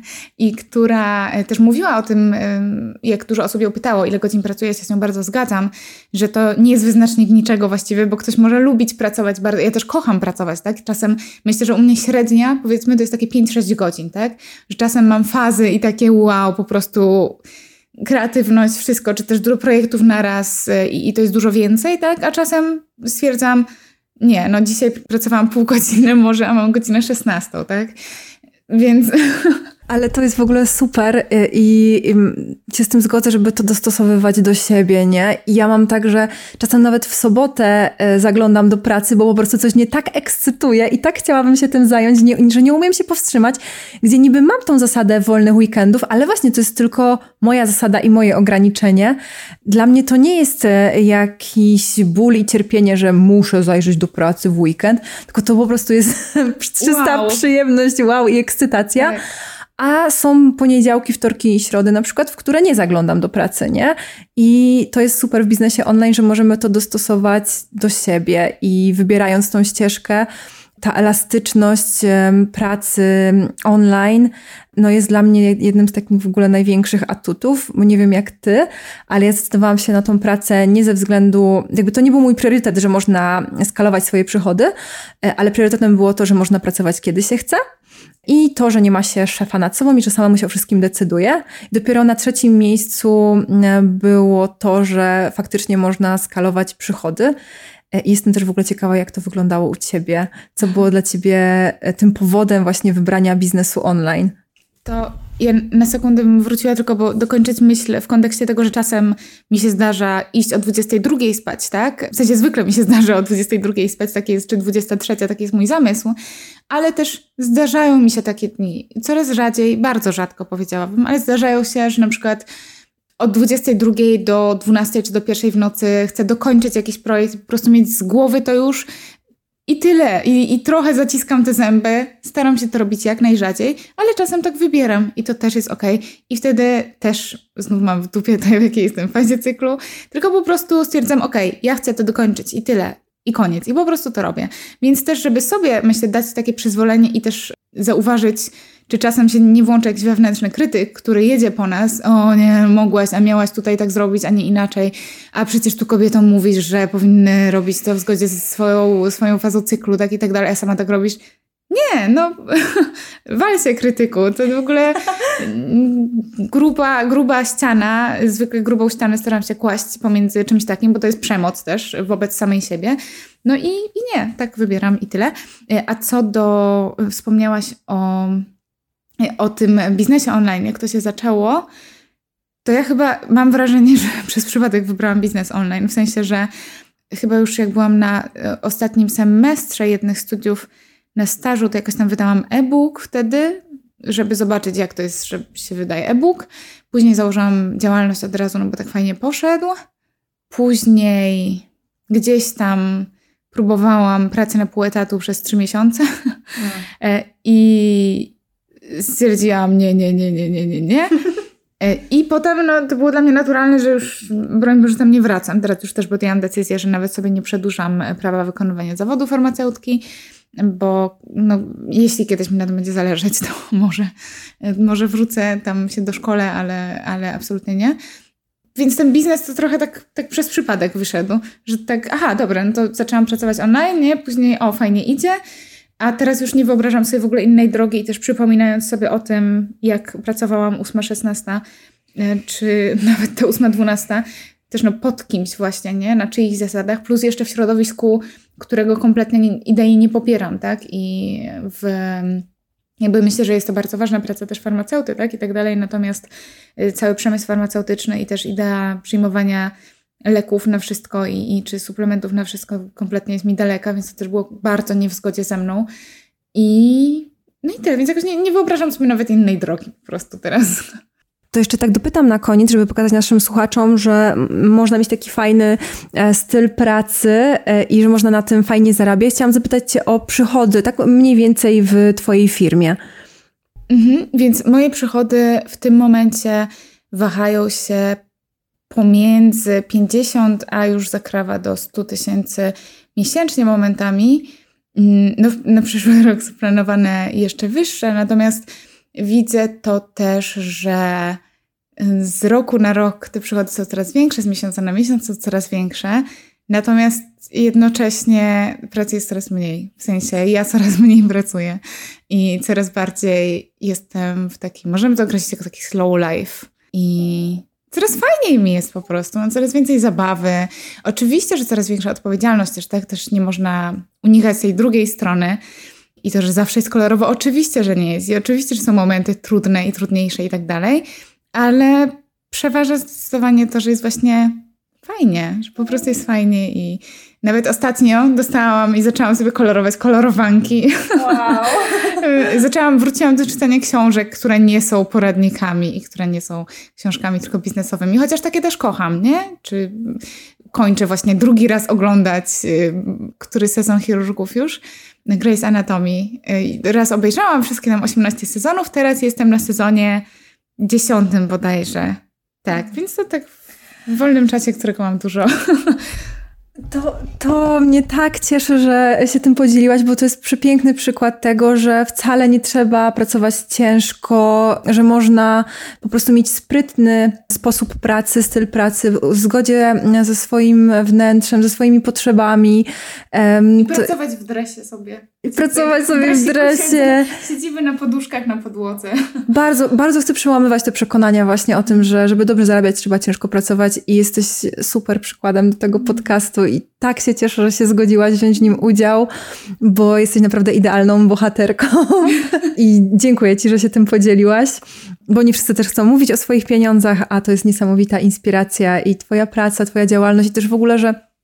i która też mówiła o tym, jak dużo osób ją pytało, ile godzin pracuje, ja się z nią bardzo zgadzam, że to nie jest wyznacznik niczego właściwie, bo ktoś może lubić pracować bardzo, ja też kocham pracować, tak? Czasem myślę, że u mnie średnia, powiedzmy, to jest takie 5-6 godzin, tak? Że czasem mam fazy i takie wow, po prostu kreatywność, wszystko, czy też dużo projektów naraz i to jest dużo więcej, tak? A czasem stwierdzam, nie, dzisiaj pracowałam pół godziny może, a mam godzinę 16, tak? Więc... Ale to jest w ogóle super i się z tym zgodzę, żeby to dostosowywać do siebie, nie? I ja mam tak, że czasem nawet w sobotę zaglądam do pracy, bo po prostu coś mnie tak ekscytuje i tak chciałabym się tym zająć, że nie umiem się powstrzymać, gdzie niby mam tą zasadę wolnych weekendów, ale właśnie to jest tylko moja zasada i moje ograniczenie. Dla mnie to nie jest jakiś ból i cierpienie, że muszę zajrzeć do pracy w weekend, tylko to po prostu jest czysta przyjemność, wow i ekscytacja. Tak. A są poniedziałki, wtorki i środy na przykład, w które nie zaglądam do pracy, nie? I to jest super w biznesie online, że możemy to dostosować do siebie i wybierając tą ścieżkę, ta elastyczność pracy online jest dla mnie jednym z takich w ogóle największych atutów, bo nie wiem jak ty, ale ja zdecydowałam się na tą pracę nie ze względu, to nie był mój priorytet, że można skalować swoje przychody, ale priorytetem było to, że można pracować kiedy się chce. I to, że nie ma się szefa nad sobą i że sama się o wszystkim decyduje. Dopiero na 3. miejscu było to, że faktycznie można skalować przychody. I jestem też w ogóle ciekawa, jak to wyglądało u ciebie. Co było dla ciebie tym powodem właśnie wybrania biznesu online? To ja na sekundę bym wróciła tylko, bo dokończyć myśl w kontekście tego, że czasem mi się zdarza iść o 22 spać, tak? W sensie zwykle mi się zdarza o 22 spać, taki jest, czy 23, taki jest mój zamysł. Ale też zdarzają mi się takie dni, coraz rzadziej, bardzo rzadko powiedziałabym, ale zdarzają się, że na przykład od 22 do 12 czy do 1 w nocy chcę dokończyć jakiś projekt, po prostu mieć z głowy to już i tyle. I trochę zaciskam te zęby, staram się to robić jak najrzadziej, ale czasem tak wybieram i to też jest okej. I wtedy też znów mam w dupie to, w jakiej jestem fazie cyklu, tylko po prostu stwierdzam, ja chcę to dokończyć i tyle. I koniec. I po prostu to robię. Więc też, żeby sobie, myślę, dać takie przyzwolenie i też zauważyć, czy czasem się nie włącza jakiś wewnętrzny krytyk, który jedzie po nas, o nie, mogłaś, a miałaś tutaj tak zrobić, a nie inaczej, a przecież tu kobietom mówisz, że powinny robić to w zgodzie ze swoją fazą cyklu, tak i tak dalej, a sama tak robisz. Nie, wal się krytyku, to w ogóle gruba ściana, zwykle grubą ścianę staram się kłaść pomiędzy czymś takim, bo to jest przemoc też wobec samej siebie. No i nie, tak wybieram i tyle. A co do, wspomniałaś o tym biznesie online, jak to się zaczęło, to ja chyba mam wrażenie, że przez przypadek wybrałam biznes online, w sensie, że chyba już jak byłam na ostatnim semestrze jednych studiów na stażu, to jakoś tam wydałam e-book wtedy, żeby zobaczyć, jak to jest, że się wydaje e-book. Później założyłam działalność od razu, bo tak fajnie poszedł. Później gdzieś tam próbowałam pracy na pół etatu przez 3 miesiące i stwierdziłam nie. I potem to było dla mnie naturalne, że już broń Boże tam nie wracam. Teraz już też podjęłam decyzję, że nawet sobie nie przedłużam prawa wykonywania zawodu farmaceutki, bo jeśli kiedyś mi na tym będzie zależeć, to może wrócę tam się do szkoły, ale absolutnie nie. Więc ten biznes to trochę tak przez przypadek wyszedł, że dobra, to zaczęłam pracować online, nie? Później fajnie idzie, a teraz już nie wyobrażam sobie w ogóle innej drogi i też przypominając sobie o tym, jak pracowałam 8-16, czy nawet ta 8-12, też pod kimś właśnie, nie? Na czyichś zasadach, plus jeszcze w środowisku, którego kompletnie idei nie popieram, tak? I jakby myślę, że jest to bardzo ważna praca też farmaceuty, tak? I tak dalej, natomiast cały przemysł farmaceutyczny i też idea przyjmowania leków na wszystko i czy suplementów na wszystko kompletnie jest mi daleka, więc to też było bardzo nie w zgodzie ze mną. I tyle, więc jakoś nie wyobrażam sobie nawet innej drogi po prostu teraz. To jeszcze tak dopytam na koniec, żeby pokazać naszym słuchaczom, że można mieć taki fajny styl pracy i że można na tym fajnie zarabiać. Chciałam zapytać Cię o przychody, tak mniej więcej w Twojej firmie. Więc moje przychody w tym momencie wahają się pomiędzy 50, a już zakrawa do 100 000 miesięcznie momentami. Na przyszły rok zaplanowane jeszcze wyższe, natomiast widzę to też, że z roku na rok te przychody są coraz większe, z miesiąca na miesiąc są coraz większe, natomiast jednocześnie pracy jest coraz mniej. W sensie ja coraz mniej pracuję i coraz bardziej jestem w takim, możemy to określić jako taki slow life i coraz fajniej mi jest po prostu, mam coraz więcej zabawy. Oczywiście, że coraz większa odpowiedzialność też, tak? Też nie można unikać tej drugiej strony. I to, że zawsze jest kolorowo, oczywiście, że nie jest. I oczywiście, że są momenty trudne i trudniejsze i tak dalej, ale przeważa zdecydowanie to, że jest właśnie fajnie, że po prostu jest fajnie i nawet ostatnio dostałam i zaczęłam sobie kolorować kolorowanki. Wow. Wróciłam do czytania książek, które nie są poradnikami i które nie są książkami tylko biznesowymi, chociaż takie też kocham, nie? Czy kończę właśnie drugi raz oglądać który sezon Chirurgów już, Grey's Anatomy. Raz obejrzałam wszystkie tam 18 sezonów, teraz jestem na sezonie 10 bodajże. Tak, więc to tak w wolnym czasie, którego mam dużo. To mnie tak cieszy, że się tym podzieliłaś, bo to jest przepiękny przykład tego, że wcale nie trzeba pracować ciężko, że można po prostu mieć sprytny sposób pracy, styl pracy w zgodzie ze swoim wnętrzem, ze swoimi potrzebami. Pracować w dresie sobie. Pracować sobie w dresie. Siedzimy na poduszkach na podłodze. Bardzo, bardzo chcę przełamywać te przekonania właśnie o tym, że żeby dobrze zarabiać, trzeba ciężko pracować i jesteś super przykładem do tego podcastu i tak się cieszę, że się zgodziłaś wziąć w nim udział, bo jesteś naprawdę idealną bohaterką i dziękuję Ci, że się tym podzieliłaś, bo nie wszyscy też chcą mówić o swoich pieniądzach, a to jest niesamowita inspiracja i Twoja praca, Twoja działalność i też w ogóle, że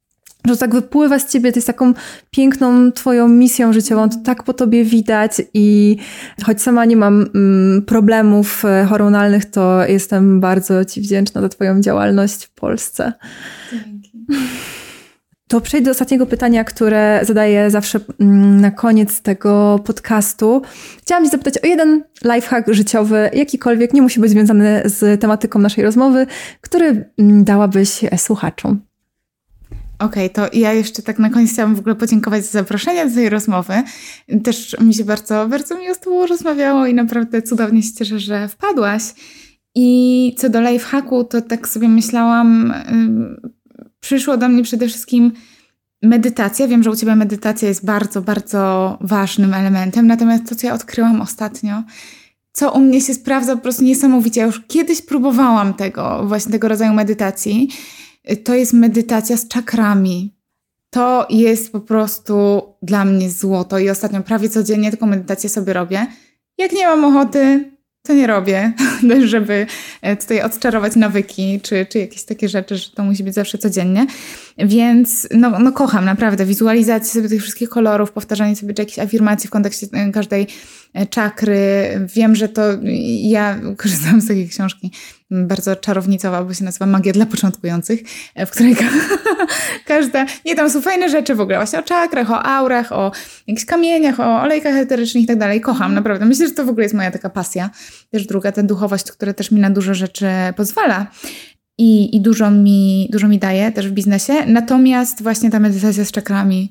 że tak wypływa z ciebie, to jest taką piękną twoją misją życiową, to tak po tobie widać i choć sama nie mam problemów hormonalnych, to jestem bardzo ci wdzięczna za twoją działalność w Polsce. Dzięki. To przejdę do ostatniego pytania, które zadaję zawsze na koniec tego podcastu. Chciałam cię zapytać o jeden lifehack życiowy, jakikolwiek, nie musi być związany z tematyką naszej rozmowy, który dałabyś słuchaczom. Okej, to ja jeszcze tak na koniec chciałam w ogóle podziękować za zaproszenie do tej rozmowy. Też mi się bardzo, bardzo miło z tobą rozmawiało i naprawdę cudownie się cieszę, że wpadłaś. I co do lifehacku, to tak sobie myślałam, przyszło do mnie przede wszystkim medytacja. Wiem, że u ciebie medytacja jest bardzo, bardzo ważnym elementem, natomiast to, co ja odkryłam ostatnio, co u mnie się sprawdza po prostu niesamowicie. Ja już kiedyś próbowałam tego rodzaju medytacji. To jest medytacja z czakrami. To jest po prostu dla mnie złoto i ostatnio prawie codziennie taką medytację sobie robię. Jak nie mam ochoty, to nie robię, żeby tutaj odczarować nawyki, czy jakieś takie rzeczy, że to musi być zawsze codziennie. Więc no kocham naprawdę wizualizację sobie tych wszystkich kolorów, powtarzanie sobie jakichś afirmacji w kontekście każdej czakry. Wiem, że to ja korzystam z takiej książki bardzo czarownicowa, bo się nazywa Magia dla początkujących, w której tam są fajne rzeczy w ogóle, właśnie o czakrach, o aurach, o jakichś kamieniach, o olejkach eterycznych i tak dalej. Kocham, naprawdę. Myślę, że to w ogóle jest moja taka pasja. Też druga, ta duchowość, która też mi na dużo rzeczy pozwala. I dużo mi daje też w biznesie. Natomiast właśnie ta medytacja z czakrami,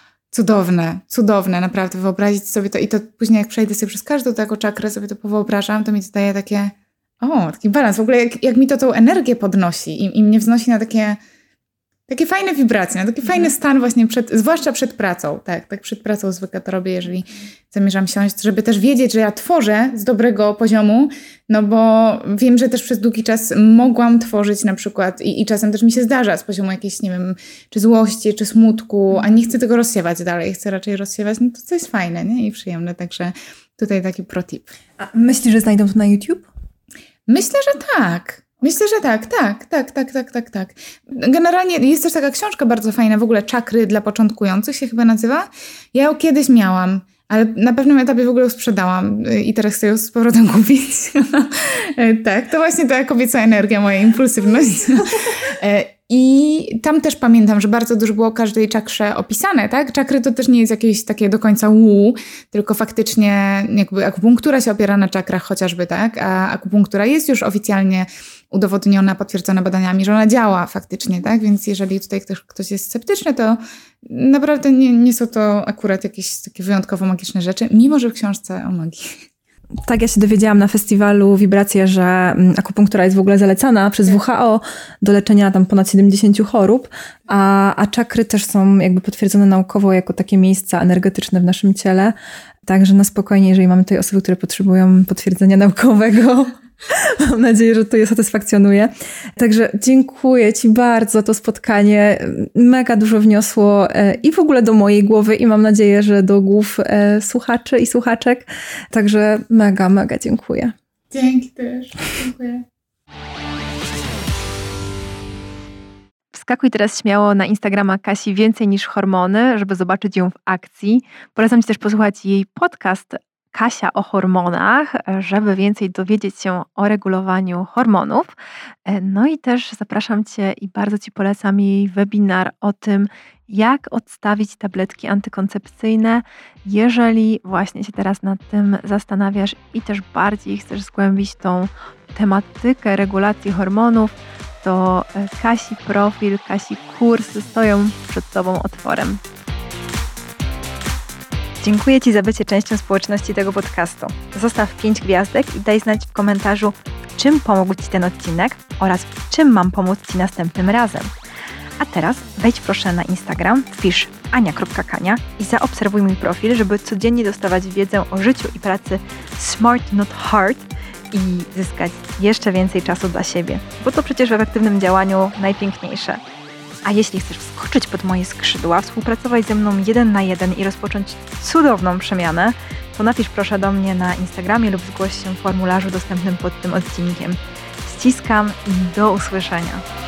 cudowne, naprawdę wyobrazić sobie to i to później jak przejdę sobie przez każdą taką czakrę, sobie to powyobrażam, to mi to daje taki balans. W ogóle jak mi to tą energię podnosi i mnie wznosi na takie fajne wibracje, na taki fajny stan właśnie zwłaszcza przed pracą. Tak przed pracą zwykle to robię, jeżeli zamierzam siąść, żeby też wiedzieć, że ja tworzę z dobrego poziomu, no bo wiem, że też przez długi czas mogłam tworzyć na przykład i czasem też mi się zdarza z poziomu jakiejś, nie wiem, czy złości, czy smutku, a nie chcę tego rozsiewać dalej, chcę raczej rozsiewać, no to co jest fajne, nie? I przyjemne, także tutaj taki pro tip. A myślisz, że znajdą to na YouTube? Myślę, że tak. Tak. Generalnie jest też taka książka bardzo fajna, w ogóle Czakry dla początkujących się chyba nazywa. Ja ją kiedyś miałam, ale na pewnym etapie w ogóle ją sprzedałam i teraz chcę ją z powrotem kupić. Tak, to właśnie ta kobieca energia, moja impulsywność. I tam też pamiętam, że bardzo dużo było o każdej czakrze opisane, tak? Czakry to też nie jest jakieś takie do końca tylko faktycznie jakby akupunktura się opiera na czakrach chociażby, tak? A akupunktura jest już oficjalnie udowodniona, potwierdzona badaniami, że ona działa faktycznie, tak? Więc jeżeli tutaj ktoś jest sceptyczny, to naprawdę nie są to akurat jakieś takie wyjątkowo magiczne rzeczy, mimo że w książce o magii. Tak, ja się dowiedziałam na festiwalu Wibracje, że akupunktura jest w ogóle zalecana przez WHO do leczenia tam ponad 70 chorób, a czakry też są jakby potwierdzone naukowo jako takie miejsca energetyczne w naszym ciele. Także na spokojnie, jeżeli mamy tutaj osoby, które potrzebują potwierdzenia naukowego, mam nadzieję, że to je satysfakcjonuje. Także dziękuję Ci bardzo za to spotkanie. Mega dużo wniosło i w ogóle do mojej głowy i mam nadzieję, że do głów słuchaczy i słuchaczek. Także mega dziękuję. Dzięki też. Dziękuję. Wskakuj teraz śmiało na Instagrama Kasi Więcej niż Hormony, żeby zobaczyć ją w akcji. Polecam Ci też posłuchać jej podcast Kasia o hormonach, żeby więcej dowiedzieć się o regulowaniu hormonów. No i też zapraszam Cię i bardzo Ci polecam jej webinar o tym, jak odstawić tabletki antykoncepcyjne, jeżeli właśnie się teraz nad tym zastanawiasz i też bardziej chcesz zgłębić tą tematykę regulacji hormonów, to Kasi profil, Kasi kurs stoją przed Tobą otworem. Dziękuję Ci za bycie częścią społeczności tego podcastu. Zostaw 5 gwiazdek i daj znać w komentarzu, w czym pomógł Ci ten odcinek oraz w czym mam pomóc Ci następnym razem. A teraz wejdź proszę na Instagram, wpisz ania.kania i zaobserwuj mój profil, żeby codziennie dostawać wiedzę o życiu i pracy smart not hard i zyskać jeszcze więcej czasu dla siebie, bo to przecież w efektywnym działaniu najpiękniejsze. A jeśli chcesz wskoczyć pod moje skrzydła, współpracować ze mną 1 na 1 i rozpocząć cudowną przemianę, to napisz proszę do mnie na Instagramie lub zgłoś się w formularzu dostępnym pod tym odcinkiem. Ściskam i do usłyszenia.